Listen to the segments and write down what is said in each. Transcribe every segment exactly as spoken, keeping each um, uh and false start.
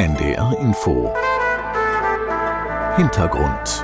N D R Info Hintergrund.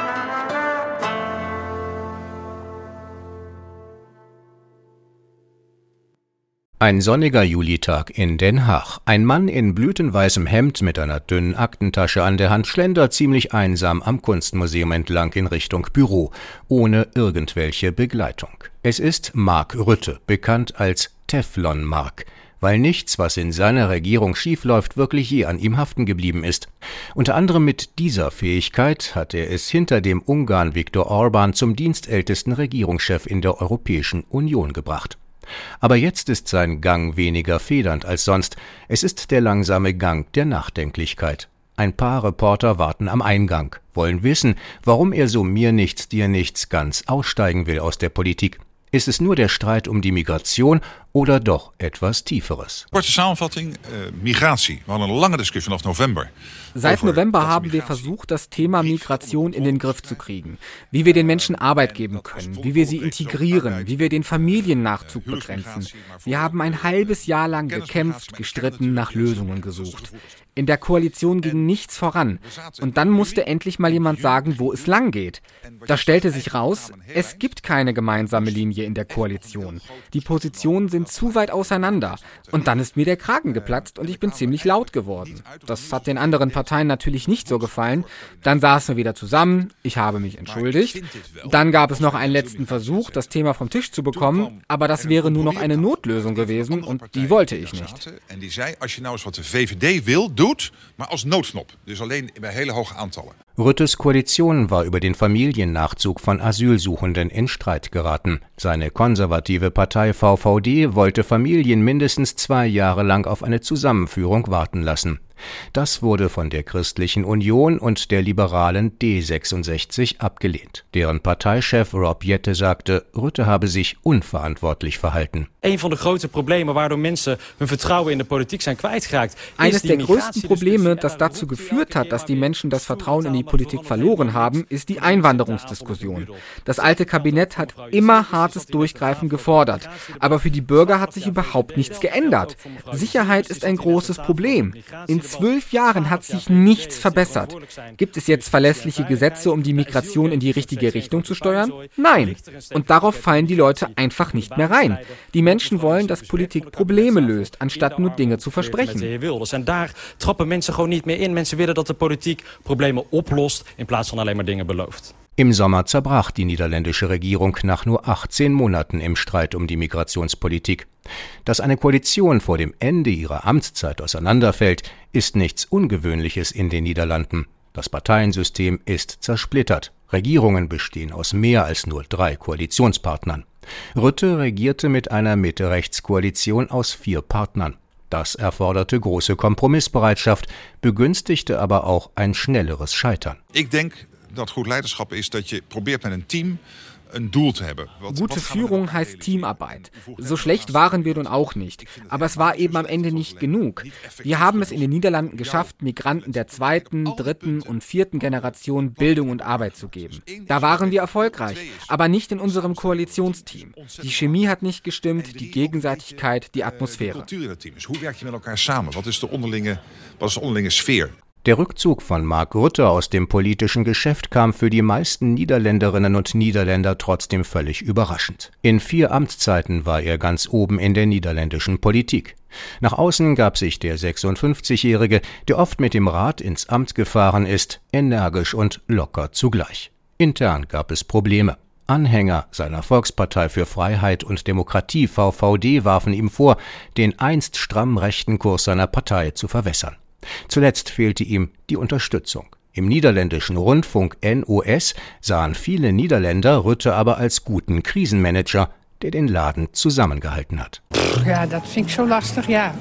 Ein sonniger Julitag in Den Haag. Ein Mann in blütenweißem Hemd mit einer dünnen Aktentasche an der Hand schlendert ziemlich einsam am Kunstmuseum entlang in Richtung Büro, ohne irgendwelche Begleitung. Es ist Mark Rutte, bekannt als Teflon Mark, weil nichts, was in seiner Regierung schiefläuft, wirklich je an ihm haften geblieben ist. Unter anderem mit dieser Fähigkeit hat er es hinter dem Ungarn Viktor Orbán zum dienstältesten Regierungschef in der Europäischen Union gebracht. Aber jetzt ist sein Gang weniger federnd als sonst. Es ist der langsame Gang der Nachdenklichkeit. Ein paar Reporter warten am Eingang, wollen wissen, warum er so mir nichts, dir nichts ganz aussteigen will aus der Politik. Ist es nur der Streit um die Migration oder doch etwas Tieferes? Korte Samenvatting, uh, migratie. We hadden een lange discussie vanaf November. Seit November haben wir versucht, das Thema Migration in den Griff zu kriegen. Wie wir den Menschen Arbeit geben können, wie wir sie integrieren, wie wir den Familiennachzug begrenzen. Wir haben ein halbes Jahr lang gekämpft, gestritten, nach Lösungen gesucht. In der Koalition ging nichts voran. Und dann musste endlich mal jemand sagen, wo es lang geht. Da stellte sich raus, es gibt keine gemeinsame Linie in der Koalition. Die Positionen sind zu weit auseinander. Und dann ist mir der Kragen geplatzt und ich bin ziemlich laut geworden. Das hat den anderen Parteien natürlich nicht so gefallen. Dann saßen wir wieder zusammen, ich habe mich entschuldigt. Dann gab es noch einen letzten Versuch, das Thema vom Tisch zu bekommen, aber das wäre nur noch eine Notlösung gewesen und die wollte ich nicht. En die zei, als je nou eens wat de V V D wil, doet, maar als noodknop. Dus alleen bij hele hoge aantallen. Ruttes Koalition war über den Familiennachzug von Asylsuchenden in Streit geraten. Seine konservative Partei V V D wollte Familien mindestens zwei Jahre lang auf eine Zusammenführung warten lassen. Das wurde von der Christlichen Union und der liberalen D sechsundsechzig abgelehnt. Deren Parteichef Rob Jette sagte, Rutte habe sich unverantwortlich verhalten. Eines der größten Probleme, warum Menschen ihr Vertrauen in die Politik sind kwijtgeraakt. Eines der größten Probleme, das dazu geführt hat, dass die Menschen das Vertrauen in die Politik verloren haben, ist die Einwanderungsdiskussion. Das alte Kabinett hat immer hartes Durchgreifen gefordert, aber für die Bürger hat sich überhaupt nichts geändert. Sicherheit ist ein großes Problem. In zwölf Jahren hat sich nichts verbessert. Gibt es jetzt verlässliche Gesetze, um die Migration in die richtige Richtung zu steuern? Nein. Und darauf fallen die Leute einfach nicht mehr rein. Die Menschen wollen, dass Politik Probleme löst, anstatt nur Dinge zu versprechen. En daar trappen mensen gewoon niet meer in. Mensen willen dat de politiek problemen oplost, in plaats van alleen maar dingen belooft. Im Sommer zerbrach die niederländische Regierung nach nur achtzehn Monaten im Streit um die Migrationspolitik. Dass eine Koalition vor dem Ende ihrer Amtszeit auseinanderfällt, ist nichts Ungewöhnliches in den Niederlanden. Das Parteiensystem ist zersplittert. Regierungen bestehen aus mehr als nur drei Koalitionspartnern. Rutte regierte mit einer Mitte-Rechts-Koalition aus vier Partnern. Das erforderte große Kompromissbereitschaft, begünstigte aber auch ein schnelleres Scheitern. Ich denke, dat goed leiderschap is dat je probeert met een team een doel te hebben. Gute Führung heißt Teamarbeit. So schlecht waren wir nun auch nicht. Aber es war eben am Ende nicht genug. Wir haben es in den Niederlanden geschafft, Migranten der zweiten, dritten und vierten Generation Bildung und Arbeit zu geben. Da waren wir erfolgreich, aber nicht in unserem Koalitionsteam. Die Chemie hat nicht gestimmt, die Gegenseitigkeit, die Atmosphäre. Hoe werk je met elkaar samen? Wat is de onderlinge, wat is de onderlinge sfeer? Der Rückzug von Mark Rutte aus dem politischen Geschäft kam für die meisten Niederländerinnen und Niederländer trotzdem völlig überraschend. In vier Amtszeiten war er ganz oben in der niederländischen Politik. Nach außen gab sich der sechsundfünfzigjährige, der oft mit dem Rad ins Amt gefahren ist, energisch und locker zugleich. Intern gab es Probleme. Anhänger seiner Volkspartei für Freiheit und Demokratie V V D warfen ihm vor, den einst stramm rechten Kurs seiner Partei zu verwässern. Zuletzt fehlte ihm die Unterstützung. Im niederländischen Rundfunk N O S sahen viele Niederländer Rutte aber als guten Krisenmanager, der den Laden zusammengehalten hat. Ja, das finde ich schon lastig, ja.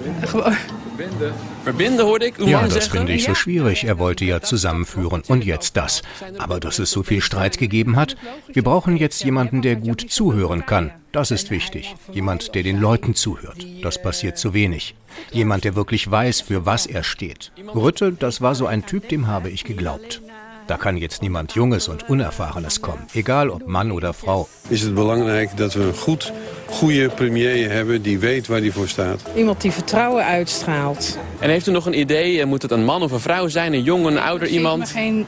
Verbinden, hoorde ik. Ja, das finde ich so schwierig. Er wollte ja zusammenführen. Und jetzt das. Aber dass es so viel Streit gegeben hat? Wir brauchen jetzt jemanden, der gut zuhören kann. Das ist wichtig. Jemand, der den Leuten zuhört. Das passiert zu wenig. Jemand, der wirklich weiß, für was er steht. Rutte, das war so ein Typ, dem habe ich geglaubt. Da kann jetzt niemand Junges und Unerfahrenes kommen, egal ob Mann oder Frau. Is het belangrijk dat we een goed, goede premier hebben die weet waar die voor staat. Iemand die vertrouwen uitstraalt. En heeft u nog een idee, moet het een man of een vrouw zijn, een jong, een ouder iemand? Geen...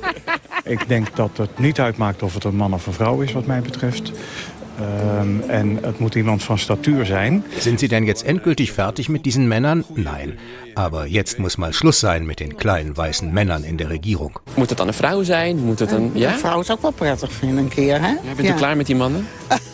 Ik denk dat het niet uitmaakt of het een man of een vrouw is wat mij betreft. Ähm, en het moet iemand van statuur zijn. Sind Sie denn jetzt endgültig fertig mit diesen Männern? Nein. Aber jetzt muss mal Schluss sein mit den kleinen weißen Männern in der Regierung. Moet het dan een vrouw zijn? Moet het een, ja? Een vrouw zou ik wel prettig vinden een keer, hè? Ja, bent u ja. klaar met die mannen?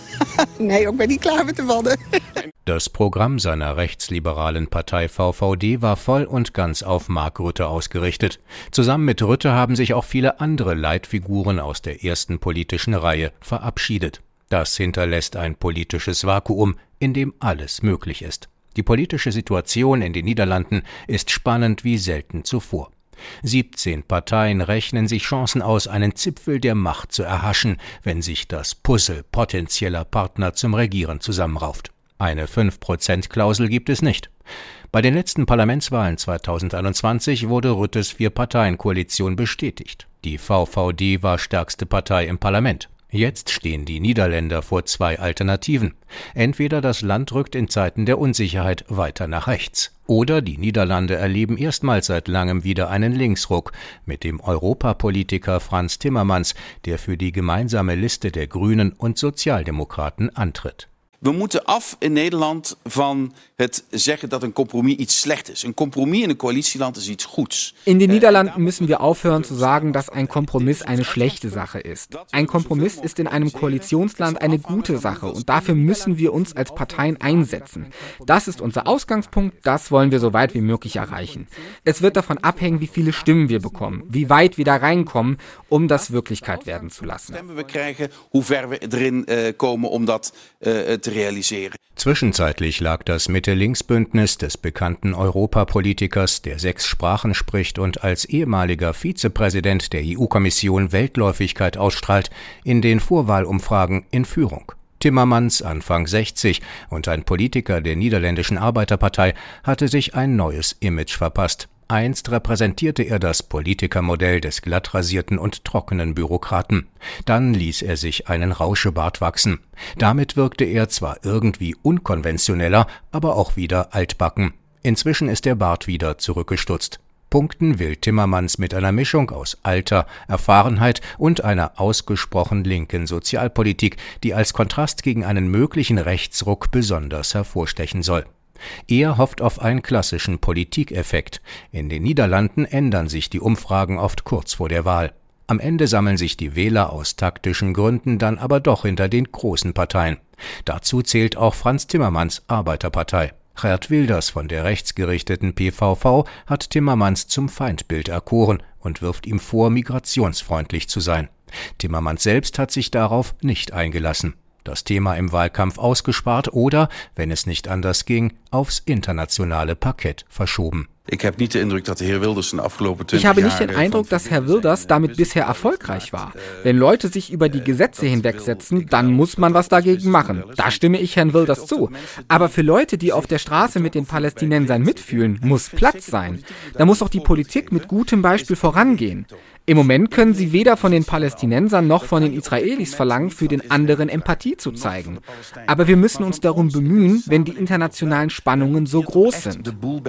Nee, ik ben niet klaar met de mannen. Das Programm seiner rechtsliberalen Partei V V D war voll und ganz auf Mark Rutte ausgerichtet. Zusammen mit Rutte haben sich auch viele andere Leitfiguren aus der ersten politischen Reihe verabschiedet. Das hinterlässt ein politisches Vakuum, in dem alles möglich ist. Die politische Situation in den Niederlanden ist spannend wie selten zuvor. siebzehn Parteien rechnen sich Chancen aus, einen Zipfel der Macht zu erhaschen, wenn sich das Puzzle potenzieller Partner zum Regieren zusammenrauft. Eine fünf Prozent Klausel gibt es nicht. Bei den letzten Parlamentswahlen zweitausendeinundzwanzig wurde Ruttes Vier-Parteien-Koalition bestätigt. Die V V D war stärkste Partei im Parlament. Jetzt stehen die Niederländer vor zwei Alternativen. Entweder das Land rückt in Zeiten der Unsicherheit weiter nach rechts. Oder die Niederlande erleben erstmals seit langem wieder einen Linksruck mit dem Europapolitiker Frans Timmermans, der für die gemeinsame Liste der Grünen und Sozialdemokraten antritt. We moeten af in Nederland van het zeggen dat een compromis iets slecht is. Een compromis in een coalitieland is iets goeds. In den Niederlanden müssen wir aufhören zu sagen, dass ein Kompromiss eine schlechte Sache ist. Ein Kompromiss ist in einem Koalitionsland eine gute Sache und dafür müssen wir uns als Parteien einsetzen. Das ist unser Ausgangspunkt, das wollen wir so weit wie möglich erreichen. Es wird davon abhängen, wie viele Stimmen wir bekommen, wie weit wir da reinkommen, um das Wirklichkeit werden zu lassen. Stemmen we krijgen, hoe ver we erin uh, komen om dat uh, te realisieren. Zwischenzeitlich lag das Mitte-Links-Bündnis des bekannten Europapolitikers, der sechs Sprachen spricht und als ehemaliger Vizepräsident der E U-Kommission Weltläufigkeit ausstrahlt, in den Vorwahlumfragen in Führung. Timmermans, Anfang sechzig und ein Politiker der niederländischen Arbeiterpartei, hatte sich ein neues Image verpasst. Einst repräsentierte er das Politikermodell des glattrasierten und trockenen Bürokraten. Dann ließ er sich einen Rauschebart wachsen. Damit wirkte er zwar irgendwie unkonventioneller, aber auch wieder altbacken. Inzwischen ist der Bart wieder zurückgestutzt. Punkten will Timmermans mit einer Mischung aus Alter, Erfahrenheit und einer ausgesprochen linken Sozialpolitik, die als Kontrast gegen einen möglichen Rechtsruck besonders hervorstechen soll. Er hofft auf einen klassischen Politikeffekt. In den Niederlanden ändern sich die Umfragen oft kurz vor der Wahl. Am Ende sammeln sich die Wähler aus taktischen Gründen dann aber doch hinter den großen Parteien. Dazu zählt auch Frans Timmermans Arbeiterpartei. Geert Wilders von der rechtsgerichteten P V V hat Timmermans zum Feindbild erkoren und wirft ihm vor, migrationsfreundlich zu sein. Timmermans selbst hat sich darauf nicht eingelassen. Das Thema im Wahlkampf ausgespart oder, wenn es nicht anders ging, aufs internationale Parkett verschoben. Ich habe nicht den Eindruck, dass Herr Wilders in den afgelopen twintig Ich habe nicht den Eindruck, dass Herr Wilders damit bisher erfolgreich war. Wenn Leute sich über die Gesetze hinwegsetzen, dann muss man was dagegen machen. Da stimme ich Herrn Wilders zu. Aber für Leute, die auf der Straße mit den Palästinensern mitfühlen, muss Platz sein. Da muss auch die Politik mit gutem Beispiel vorangehen. Im Moment können sie weder von den Palästinensern noch von den Israelis verlangen, für den anderen Empathie zu zeigen. Aber wir müssen uns darum bemühen, wenn die internationalen Spannungen so groß sind.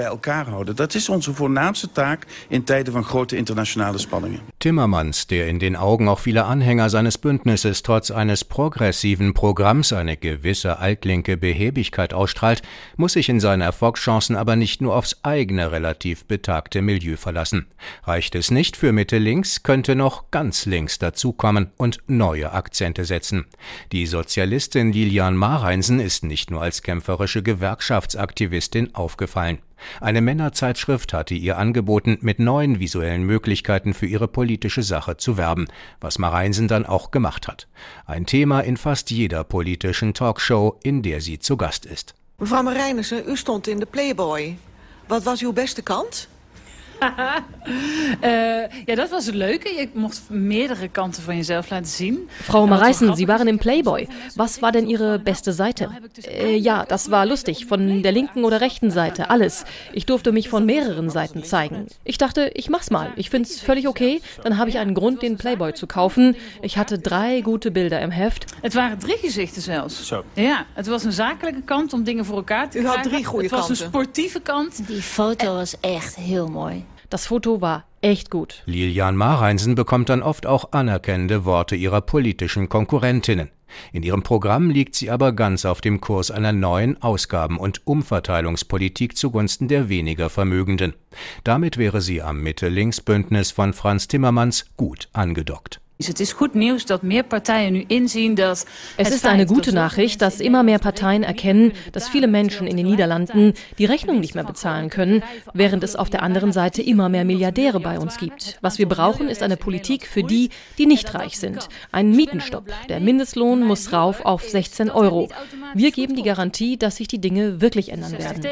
Dat is onze voornaamste taak in tijden van grote internationale spanningen. Timmermans, der in den Augen auch vieler Anhänger seines Bündnisses trotz eines progressiven Programms eine gewisse altlinke Behäbigkeit ausstrahlt, muss sich in seinen Erfolgschancen aber nicht nur aufs eigene relativ betagte Milieu verlassen. Reicht es nicht für Mitte links, könnte noch ganz links dazukommen und neue Akzente setzen. Die Sozialistin Lilian Marijnsen ist nicht nur als kämpferische Gewerkschaftsaktivistin aufgefallen. Eine Männerzeitschrift hatte ihr angeboten, mit neuen visuellen Möglichkeiten für ihre politische Sache zu werben, was Marijnsen dann auch gemacht hat. Ein Thema in fast jeder politischen Talkshow, in der sie zu Gast ist. Mevrouw Marijnissen, u stond in de Playboy. Wat was uw beste kant? uh, ja, dat was het Leuke. Je mocht meerdere Kanten von jezelf laten zien. Frau Mareisen, Sie waren im Playboy. Was war denn Ihre beste Seite? Äh, ja, das war lustig. Von der linken oder rechten Seite, alles. Ich durfte mich von mehreren Seiten zeigen. Ich dachte, ich mach's mal. Ich find's völlig okay. Dann habe ich einen Grund, den Playboy zu kaufen. Ich hatte drei gute Bilder im Heft. Het waren drie gezichten zelfs. Zo. Ja, het was een zakelijke kant om dingen voor elkaar te krijgen. U had drie goede kanten. Het was een sportieve kant. Die foto was echt heel mooi. Das Foto war echt gut. Lilian Mareisen bekommt dann oft auch anerkennende Worte ihrer politischen Konkurrentinnen. In ihrem Programm liegt sie aber ganz auf dem Kurs einer neuen Ausgaben- und Umverteilungspolitik zugunsten der weniger Vermögenden. Damit wäre sie am Mitte-Links-Bündnis von Frans Timmermans gut angedockt. Het is goed nieuws dat meer partijen nu inzien dat Es ist eine gute Nachricht, dass immer mehr Parteien erkennen, dass viele Menschen in den Niederlanden die Rechnung nicht mehr bezahlen können, während es auf der anderen Seite immer mehr Milliardäre bei uns gibt. Was wir brauchen, ist eine Politik für die, die nicht reich sind. Ein Mietenstopp. Der Mindestlohn muss rauf auf sechzehn Euro. Wir geben die Garantie, dass sich die Dinge wirklich ändern werden.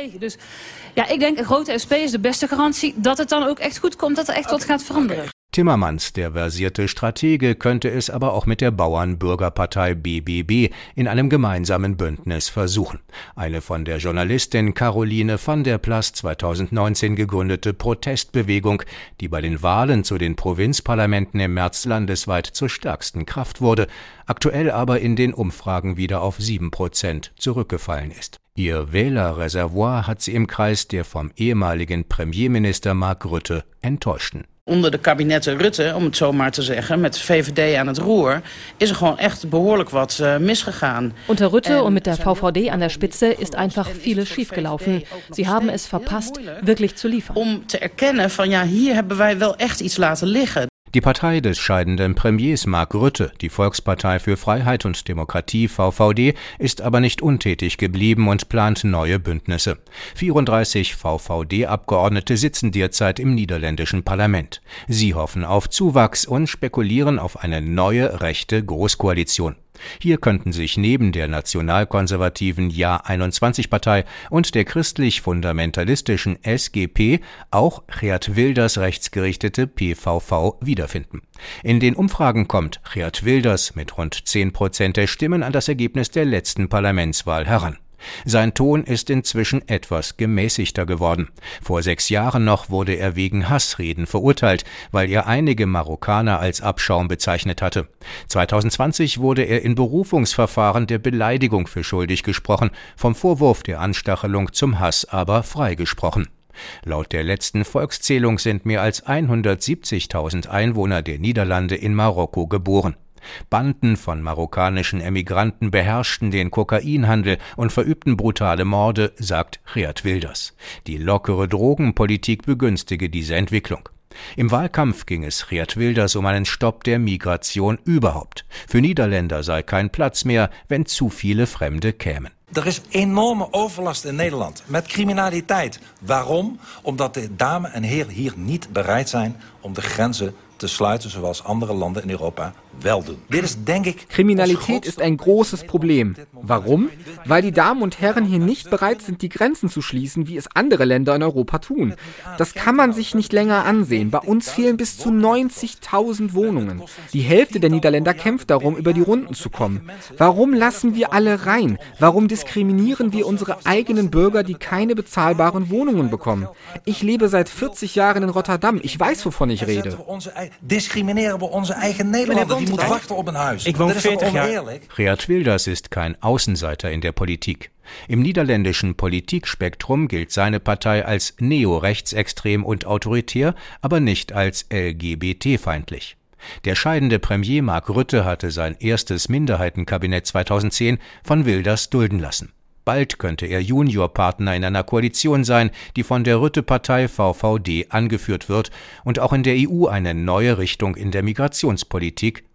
Ja, ik denk, een grote S P is de beste garantie dat het dan ook echt goed komt, dat er echt wat gaat veranderen. Timmermans, der versierte Stratege, könnte es aber auch mit der Bauernbürgerpartei B B B in einem gemeinsamen Bündnis versuchen. Eine von der Journalistin Caroline van der Plas zweitausendneunzehn gegründete Protestbewegung, die bei den Wahlen zu den Provinzparlamenten im März landesweit zur stärksten Kraft wurde, aktuell aber in den Umfragen wieder auf sieben Prozent zurückgefallen ist. Ihr Wählerreservoir hat sie im Kreis der vom ehemaligen Premierminister Mark Rutte enttäuschten. Onder de kabinetten Rutte, om het zo maar te zeggen, met V V D aan het roer, is er gewoon echt behoorlijk wat uh, misgegaan. Unter Rutte und mit der V V D an der Spitze ist einfach vieles schiefgelaufen. Sie haben es verpasst, wirklich zu liefern. Om te erkennen van ja, hier hebben wij wel echt iets laten liggen. Die Partei des scheidenden Premiers Mark Rutte, die Volkspartei für Freiheit und Demokratie V V D, ist aber nicht untätig geblieben und plant neue Bündnisse. vierunddreißig V V D-Abgeordnete sitzen derzeit im niederländischen Parlament. Sie hoffen auf Zuwachs und spekulieren auf eine neue rechte Großkoalition. Hier könnten sich neben der nationalkonservativen Ja einundzwanzig-Partei und der christlich-fundamentalistischen S G P auch Geert Wilders rechtsgerichtete P V V wiederfinden. In den Umfragen kommt Geert Wilders mit rund zehn Prozent der Stimmen an das Ergebnis der letzten Parlamentswahl heran. Sein Ton ist inzwischen etwas gemäßigter geworden. Vor sechs Jahren noch wurde er wegen Hassreden verurteilt, weil er einige Marokkaner als Abschaum bezeichnet hatte. zweitausendzwanzig wurde er in Berufungsverfahren der Beleidigung für schuldig gesprochen, vom Vorwurf der Anstachelung zum Hass aber freigesprochen. Laut der letzten Volkszählung sind mehr als hundertsiebzigtausend Einwohner der Niederlande in Marokko geboren. Banden von marokkanischen Emigranten beherrschten den Kokainhandel und verübten brutale Morde, sagt Geert Wilders. Die lockere Drogenpolitik begünstige diese Entwicklung. Im Wahlkampf ging es Geert Wilders um einen Stopp der Migration überhaupt. Für Niederländer sei kein Platz mehr, wenn zu viele Fremde kämen. Er is enorme overlast in Nederland met criminaliteit. Waarom? Omdat de dames en heren hier niet bereid zijn om de grenzen te sluiten, zoals andere landen in Europa wel doen. Dit is, denk ik, Kriminalität ist ein großes Problem. Warum? Weil die Damen und Herren hier nicht bereit sind, die Grenzen zu schließen, wie es andere Länder in Europa tun. Das kann man sich nicht länger ansehen. Bei uns fehlen bis zu neunzigtausend Wohnungen. Die Hälfte der Niederländer kämpft darum, über die Runden zu kommen. Warum lassen wir alle rein? Warum diskriminieren wir unsere eigenen Bürger, die keine bezahlbaren Wohnungen bekommen? Ich lebe seit vierzig Jahren in Rotterdam. Ich weiß, wovon ich rede. Diskrimineren wir unsere eigen Nederlander, die moeten wachten op een huis. Ik woon veertig jaar. Geert Wilders ist kein Außenseiter in der Politik. Im niederländischen Politikspektrum gilt seine Partei als neorechtsextrem und autoritär, aber nicht als L G B T-feindlich. Der scheidende Premier Mark Rutte hatte sein erstes Minderheitenkabinett zweitausendzehn von Wilders dulden lassen. Bald könnte er Juniorpartner in einer Koalition sein, die von der Rutte-Partei V V D angeführt wird und auch in der E U eine neue Richtung in der Migrationspolitik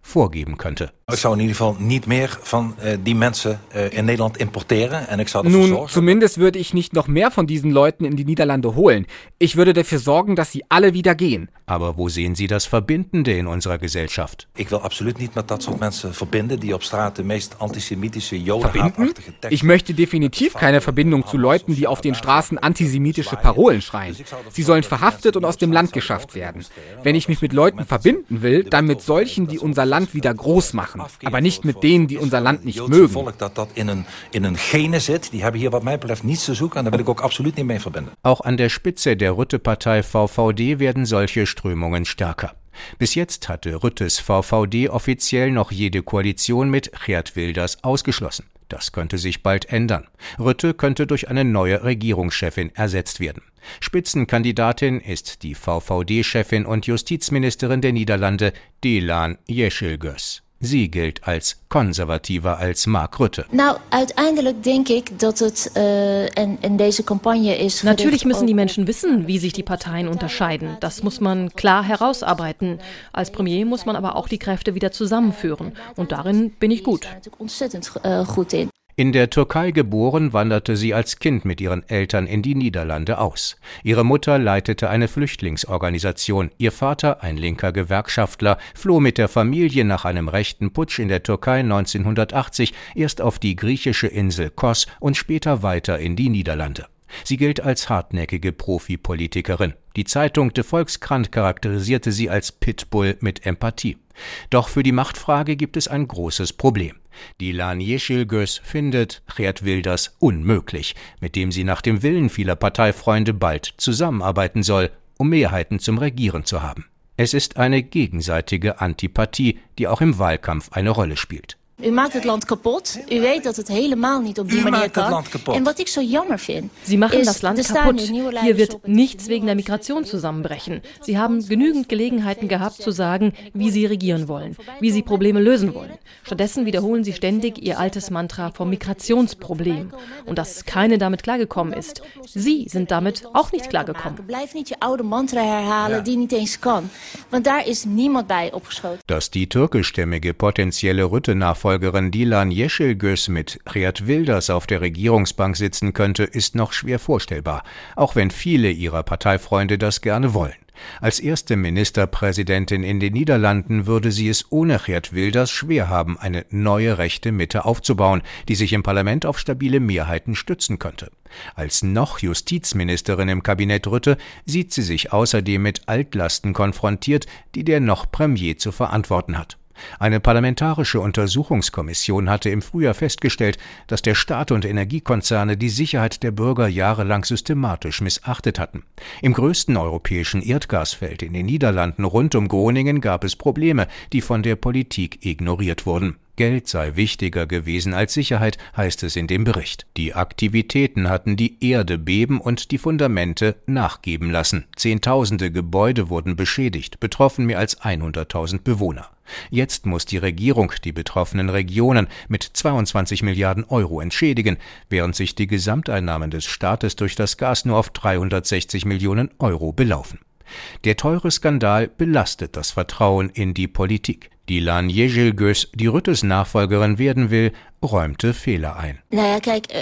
vorgeben könnte. Ich zou in ieder Geval niet meer van uh, die mensen uh, in Nederland importeren en ik zou dafür Nun, sorgen. Zumindest würde ich nicht noch mehr von diesen Leuten in die Niederlande holen. Ich würde dafür sorgen, dass sie alle wieder gehen. Aber wo sehen Sie das Verbindende in unserer Gesellschaft? Ich will absolut nicht mit dat soort mensen verbinden, die op straat de meest antisemitische, jodenhaatartige Texte. Ich möchte definitiv keine Verbindung zu Leuten, die auf den Straßen antisemitische Parolen schreien. Sie sollen verhaftet und aus dem Land geschafft werden. Wenn ich mich mit Leuten verbinden will, dann mit solchen, die unser Land wieder groß machen. Aber nicht mit denen, die unser Land nicht mögen. Volk dat dat in een, in een gene zit, die hebben hier wat mij betreft niets te zoeken en daar wil ik ook absoluut niet mee verbinden. Auch an der Spitze der Rutte-Partei V V D werden solche Strömungen stärker. Bis jetzt hatte Rüttes V V D offiziell noch jede Koalition mit Geert Wilders ausgeschlossen. Das könnte sich bald ändern. Rutte könnte durch eine neue Regierungschefin ersetzt werden. Spitzenkandidatin ist die V V D-Chefin und Justizministerin der Niederlande, Dēlan Jesselgus. Sie gilt als konservativer als Mark Rutte. Nou, uiteindelijk denk ik dat het uh, in, in deze campagne is. Natürlich müssen die Menschen wissen, wie sich die Parteien unterscheiden. Das muss man klar herausarbeiten. Als Premier muss man aber auch die Kräfte wieder zusammenführen. Und darin bin ich gut. In der Türkei geboren, wanderte sie als Kind mit ihren Eltern in die Niederlande aus. Ihre Mutter leitete eine Flüchtlingsorganisation. Ihr Vater, ein linker Gewerkschaftler, floh mit der Familie nach einem rechten Putsch in der Türkei neunzehnhundertachtzig erst auf die griechische Insel Kos und später weiter in die Niederlande. Sie gilt als hartnäckige Profipolitikerin. Die Zeitung De Volkskrant charakterisierte sie als Pitbull mit Empathie. Doch für die Machtfrage gibt es ein großes Problem. Dēlan Jesselgus findet Geert Wilders unmöglich, mit dem sie nach dem Willen vieler Parteifreunde bald zusammenarbeiten soll, um Mehrheiten zum Regieren zu haben. Es ist eine gegenseitige Antipathie, die auch im Wahlkampf eine Rolle spielt. U maakt het land kapot. U weet dat het helemaal niet op die manier kan. En wat ik zo jammer vind. Sie machen das Land kaputt. Hier wird nichts wegen der Migration zusammenbrechen. Sie haben genügend Gelegenheiten gehabt zu sagen, wie sie regieren wollen, wie sie Probleme lösen wollen. Stattdessen wiederholen sie ständig ihr altes Mantra vom Migrationsproblem und dass keine damit klargekommen ist. Sie sind damit auch nicht klargekommen. Blijf niet je oude mantra herhalen die niet eens kan, want daar is niemand bij opgeschoten. Dass die türkischstämmige potenzielle Rutte-Nachfolgerin Folgerin Dēlan Jesselgus mit Geert Wilders auf der Regierungsbank sitzen könnte, ist noch schwer vorstellbar, auch wenn viele ihrer Parteifreunde das gerne wollen. Als erste Ministerpräsidentin in den Niederlanden würde sie es ohne Geert Wilders schwer haben, eine neue rechte Mitte aufzubauen, die sich im Parlament auf stabile Mehrheiten stützen könnte. Als noch Justizministerin im Kabinett Rutte sieht sie sich außerdem mit Altlasten konfrontiert, die der noch Premier zu verantworten hat. Eine parlamentarische Untersuchungskommission hatte im Frühjahr festgestellt, dass der Staat und Energiekonzerne die Sicherheit der Bürger jahrelang systematisch missachtet hatten. Im größten europäischen Erdgasfeld in den Niederlanden rund um Groningen gab es Probleme, die von der Politik ignoriert wurden. Geld sei wichtiger gewesen als Sicherheit, heißt es in dem Bericht. Die Aktivitäten hatten die Erde beben und die Fundamente nachgeben lassen. Zehntausende Gebäude wurden beschädigt, betroffen mehr als hunderttausend Bewohner. Jetzt muss die Regierung die betroffenen Regionen mit zweiundzwanzig Milliarden Euro entschädigen, während sich die Gesamteinnahmen des Staates durch das Gas nur auf dreihundertsechzig Millionen Euro belaufen. Der teure Skandal belastet das Vertrauen in die Politik. Dēlan Jesselgus, die Ruttes Nachfolgerin werden will, räumte Fehler ein. Was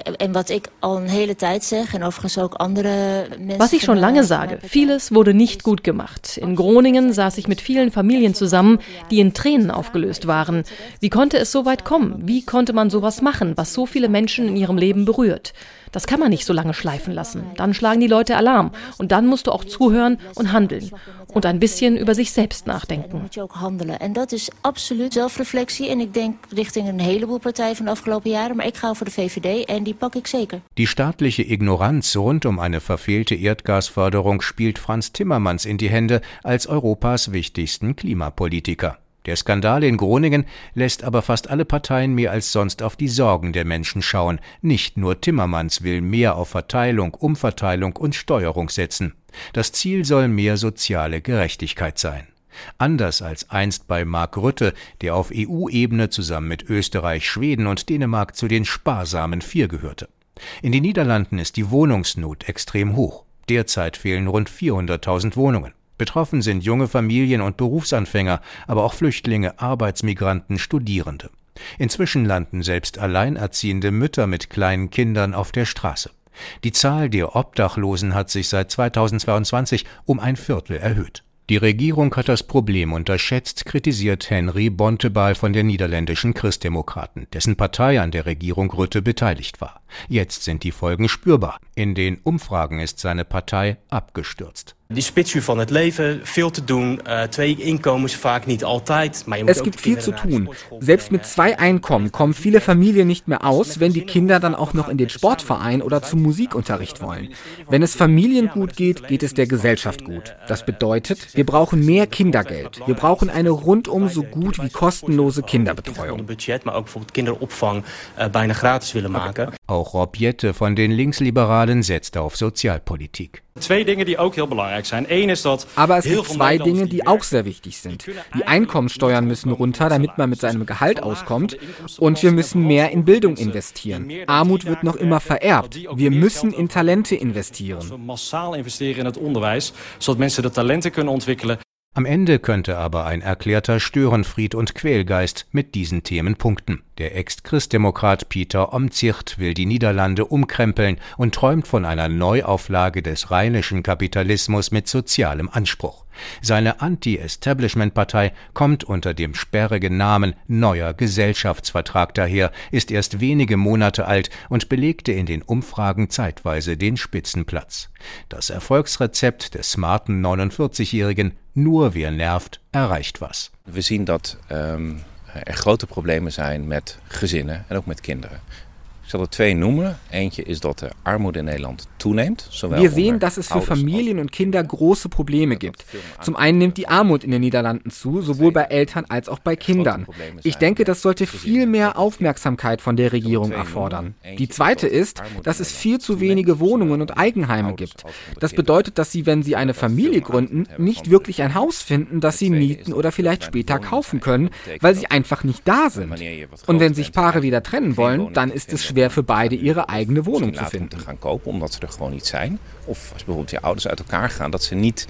ich schon lange sage, vieles wurde nicht gut gemacht. In Groningen saß ich mit vielen Familien zusammen, die in Tränen aufgelöst waren. Wie konnte es so weit kommen? Wie konnte man sowas machen, was so viele Menschen in ihrem Leben berührt? Das kann man nicht so lange schleifen lassen. Dann schlagen die Leute Alarm und dann musst du auch zuhören und handeln und ein bisschen über sich selbst nachdenken. En dat is absoluut zelfreflectie en ik denk richting een heleboel partijen van de afgelopen jaren, maar ik ga voor de V V D en die pak ik zeker. Die staatliche Ignoranz rund um eine verfehlte Erdgasförderung spielt Frans Timmermans in die Hände als Europas wichtigsten Klimapolitiker. Der Skandal in Groningen lässt aber fast alle Parteien mehr als sonst auf die Sorgen der Menschen schauen. Nicht nur Timmermans will mehr auf Verteilung, Umverteilung und Steuerung setzen. Das Ziel soll mehr soziale Gerechtigkeit sein. Anders als einst bei Mark Rutte, der auf E U-Ebene zusammen mit Österreich, Schweden und Dänemark zu den sparsamen Vier gehörte. In den Niederlanden ist die Wohnungsnot extrem hoch. Derzeit fehlen rund vierhunderttausend Wohnungen. Betroffen sind junge Familien und Berufsanfänger, aber auch Flüchtlinge, Arbeitsmigranten, Studierende. Inzwischen landen selbst alleinerziehende Mütter mit kleinen Kindern auf der Straße. Die Zahl der Obdachlosen hat sich seit zweitausendzweiundzwanzig um ein Viertel erhöht. Die Regierung hat das Problem unterschätzt, kritisiert Henry Bontebal von den niederländischen Christdemokraten, dessen Partei an der Regierung Rutte beteiligt war. Jetzt sind die Folgen spürbar. In den Umfragen ist seine Partei abgestürzt. Die spitsuur van het leven, veel te doen, uh, twee inkomens vaak niet altijd. Maar je moet es gibt viel zu tun. Selbst mit zwei Einkommen kommen viele Familien nicht mehr aus, wenn die Kinder dann auch noch in den Sportverein oder zum Musikunterricht wollen. Wenn es Familien gut geht, geht es der Gesellschaft gut. Das bedeutet, wir brauchen mehr Kindergeld. Wir brauchen eine rundum so gut wie kostenlose Kinderbetreuung. Auch Rob Jette von den Linksliberalen setzt auf Sozialpolitik. Twee dingen die ook heel belangrijk zijn. Eén is dat Aber es gibt zwei Dinge, die auch sehr wichtig sind. Die Einkommenssteuern müssen runter, damit man mit seinem Gehalt auskommt. Und wir müssen mehr in Bildung investieren. Armut wird noch immer vererbt. Wir müssen in Talente investieren. Massaal investeren in het onderwijs, zodat mensen de talenten kunnen ontwikkelen. Am Ende könnte aber ein erklärter Störenfried und Quälgeist mit diesen Themen punkten. Der Ex-Christdemokrat Pieter Omtzigt will die Niederlande umkrempeln und träumt von einer Neuauflage des rheinischen Kapitalismus mit sozialem Anspruch. Seine Anti-Establishment-Partei kommt unter dem sperrigen Namen Neuer Gesellschaftsvertrag daher, ist erst wenige Monate alt und belegte in den Umfragen zeitweise den Spitzenplatz. Das Erfolgsrezept des smarten neunundvierzigjährigen Nur wer nervt, erreicht was. We zien dat um, er grote problemen zijn met gezinnen en ook met kinderen. Ik zal er twee noemen. Eentje is dat de armoede in Nederland toeneemt. Wir sehen, dass es für Familien und Kinder große Probleme gibt. Zum einen nimmt die Armut in den Niederlanden zu, sowohl bei Eltern als auch bei Kindern. Ich denke, das sollte viel mehr Aufmerksamkeit von der Regierung erfordern. Die zweite ist, dass es viel zu wenige Wohnungen und Eigenheime gibt. Das bedeutet, dass Sie, wenn Sie eine Familie gründen, nicht wirklich ein Haus finden, das Sie mieten oder vielleicht später kaufen können, weil sie einfach nicht da sind. Und wenn sich Paare wieder trennen wollen, dann ist es schwer für beide ihre eigene Wohnung zu finden. Omdat ze er gewoon niet zijn. Of als bijvoorbeeld je ouders uit elkaar gaan, dat ze niet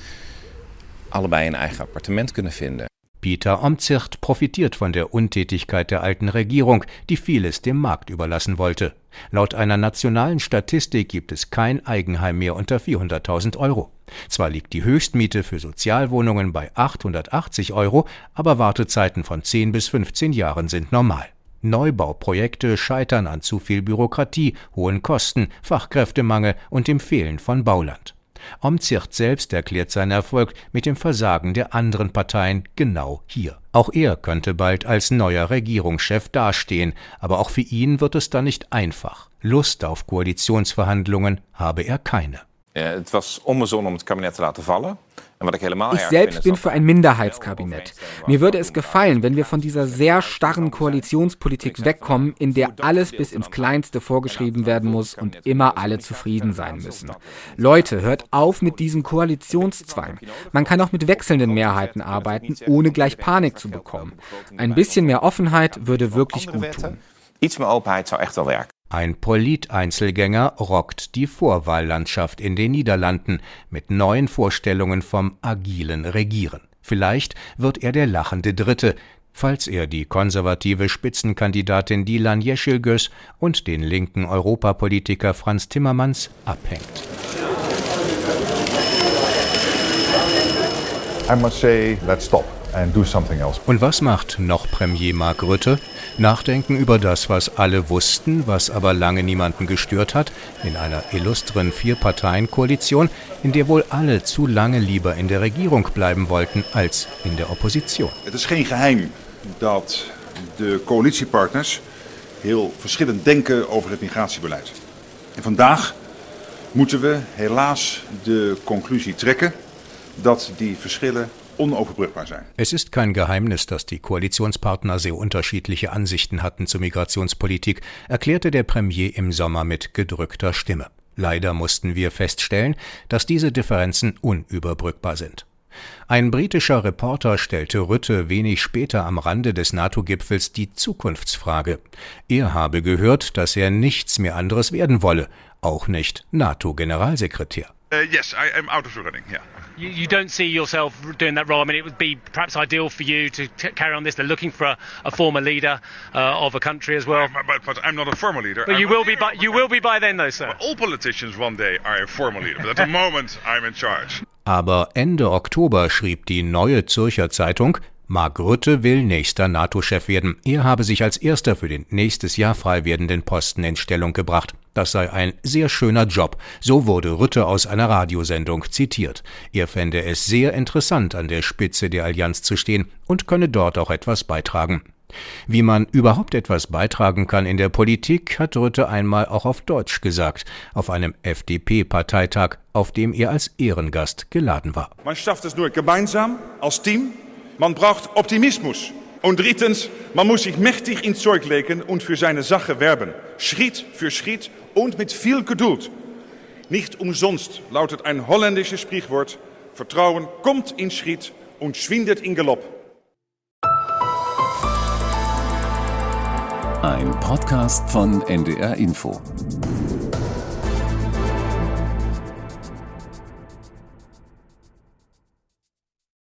allebei een eigen appartement kunnen vinden. Pieter Omtzigt profitiert von der Untätigkeit der alten Regierung, die vieles dem Markt überlassen wollte. Laut einer nationalen Statistik gibt es kein Eigenheim mehr unter vierhunderttausend Euro. Zwar liegt die Höchstmiete für Sozialwohnungen bei achthundertachtzig Euro, aber Wartezeiten von zehn bis fünfzehn Jahren sind normal. Neubauprojekte scheitern an zu viel Bürokratie, hohen Kosten, Fachkräftemangel und dem Fehlen von Bauland. Omtzigt selbst erklärt seinen Erfolg mit dem Versagen der anderen Parteien genau hier. Auch er könnte bald als neuer Regierungschef dastehen, aber auch für ihn wird es dann nicht einfach. Lust auf Koalitionsverhandlungen habe er keine. Het was onbezonnen om het kabinet te laten vallen. Ich selbst bin für ein Minderheitskabinett. Mir würde es gefallen, wenn wir von dieser sehr starren Koalitionspolitik wegkommen, in der alles bis ins Kleinste vorgeschrieben werden muss und immer alle zufrieden sein müssen. Leute, hört auf mit diesem Koalitionszwang. Man kann auch mit wechselnden Mehrheiten arbeiten, ohne gleich Panik zu bekommen. Ein bisschen mehr Offenheit würde wirklich gut tun. Iets mehr Openheid zou echt wel werken. Ein Polit-Einzelgänger rockt die Vorwahllandschaft in den Niederlanden mit neuen Vorstellungen vom agilen Regieren. Vielleicht wird er der lachende Dritte, falls er die konservative Spitzenkandidatin Dilan Yeşilgöz und den linken Europapolitiker Frans Timmermans abhängt. I must say, let's stop and do something else. Und was macht noch Premier Mark Rutte? Nachdenken über das, was alle wussten, was aber lange niemanden gestört hat, in einer illustren Vier-Parteien-Koalition, in der wohl alle zu lange lieber in der Regierung bleiben wollten als in der Opposition. Het is geen geheim dat de coalitiepartners heel verschillend denken over het migratiebeleid. En vandaag moeten we helaas de conclusie trekken dat die verschillen unoverbrugbaar sein. Es ist kein Geheimnis, dass die Koalitionspartner sehr unterschiedliche Ansichten hatten zur Migrationspolitik, erklärte der Premier im Sommer mit gedrückter Stimme. Leider mussten wir feststellen, dass diese Differenzen unüberbrückbar sind. Ein britischer Reporter stellte Rutte wenig später am Rande des NATO-Gipfels die Zukunftsfrage. Er habe gehört, dass er nichts mehr anderes werden wolle, auch nicht NATO-Generalsekretär. Uh, yes, I am out of running, yeah. You, you don't see yourself doing that role. I mean, it would be perhaps ideal for you to t- carry on this. They're looking for a, a former leader uh, of a country as well. But, but I'm not a former leader. But you I'm will be by you will be by then, though, sir. Well, all politicians one day are a former leader. But at the moment, I'm in charge. Aber Ende Oktober schrieb die Neue Zürcher Zeitung, Mark Rutte will nächster NATO-Chef werden. Er habe sich als erster für den nächstes Jahr frei werdenden Posten in Stellung gebracht. Das sei ein sehr schöner Job. So wurde Rutte aus einer Radiosendung zitiert. Er fände es sehr interessant, an der Spitze der Allianz zu stehen und könne dort auch etwas beitragen. Wie man überhaupt etwas beitragen kann in der Politik, hat Rutte einmal auch auf Deutsch gesagt, auf einem F D P-Parteitag, auf dem er als Ehrengast geladen war. Man schafft es nur gemeinsam, als Team. Man braucht Optimismus. Und drittens, man muss sich mächtig ins Zeug legen und für seine Sache werben. Schritt für Schritt und mit viel Geduld. Nicht umsonst lautet ein holländisches Sprichwort: Vertrauen kommt in Schritt und schwindet in Galopp. Ein Podcast von N D R Info.